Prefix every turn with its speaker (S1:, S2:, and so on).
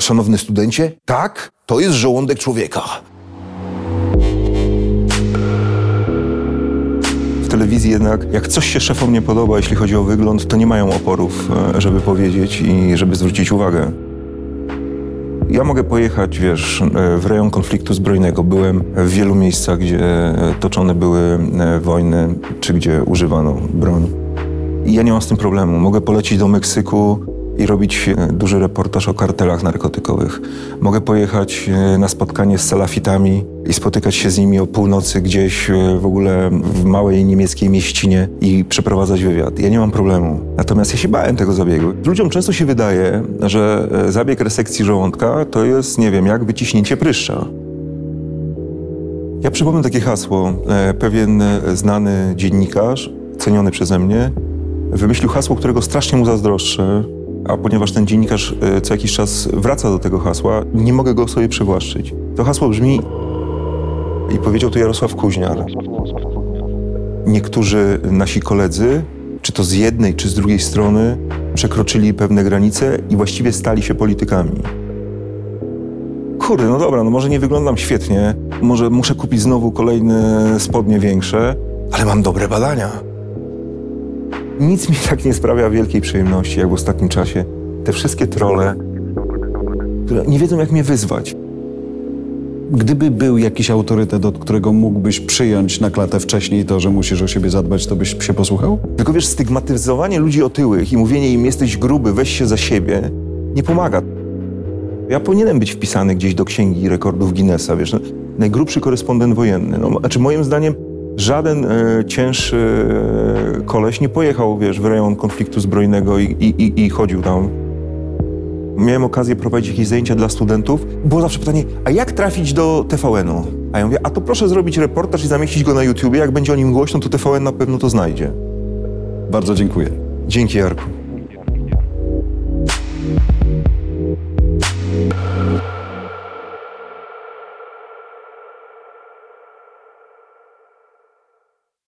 S1: szanowny studencie, tak, to jest żołądek człowieka.
S2: W telewizji jednak, jak coś się szefom nie podoba, jeśli chodzi o wygląd, to nie mają oporów, żeby powiedzieć i żeby zwrócić uwagę. Ja mogę pojechać, wiesz, w rejon konfliktu zbrojnego. Byłem w wielu miejscach, gdzie toczone były wojny, czy gdzie używano broni. I ja nie mam z tym problemu. Mogę polecieć do Meksyku i robić duży reportaż o kartelach narkotykowych. Mogę pojechać na spotkanie z salafitami i spotykać się z nimi o północy gdzieś w ogóle w małej niemieckiej mieścinie i przeprowadzać wywiad. Ja nie mam problemu. Natomiast ja się bałem tego zabiegu. Ludziom często się wydaje, że zabieg resekcji żołądka to jest, nie wiem, jak wyciśnięcie pryszcza. Ja przypomnę takie hasło. Pewien znany dziennikarz, ceniony przeze mnie, wymyślił hasło, którego strasznie mu zazdroszczę. A ponieważ ten dziennikarz co jakiś czas wraca do tego hasła, nie mogę go sobie przywłaszczyć. To hasło brzmi, i powiedział to Jarosław Kuźniar. Niektórzy nasi koledzy, czy to z jednej, czy z drugiej strony, przekroczyli pewne granice i właściwie stali się politykami. Kurde, no dobra, no może nie wyglądam świetnie, może muszę kupić znowu kolejne spodnie większe, ale mam dobre badania. Nic mi tak nie sprawia wielkiej przyjemności, jak w ostatnim czasie. Te wszystkie trolle, które nie wiedzą, jak mnie wyzwać.
S3: Gdyby był jakiś autorytet, od którego mógłbyś przyjąć na klatę wcześniej to, że musisz o siebie zadbać, to byś się posłuchał?
S1: Tylko wiesz, stygmatyzowanie ludzi otyłych i mówienie im, jesteś gruby, weź się za siebie, nie pomaga. Ja powinienem być wpisany gdzieś do księgi rekordów Guinnessa, wiesz, no, najgrubszy korespondent wojenny. No, znaczy moim zdaniem żaden cięższy koleś nie pojechał, wiesz, w rejon konfliktu zbrojnego i chodził tam. Miałem okazję prowadzić jakieś zajęcia dla studentów. Było zawsze pytanie, a jak trafić do TVN-u? A ja mówię, a to proszę zrobić reportaż i zamieścić go na YouTubie. Jak będzie o nim głośno, to TVN na pewno to znajdzie.
S3: Bardzo dziękuję.
S1: Dzięki, Jarku.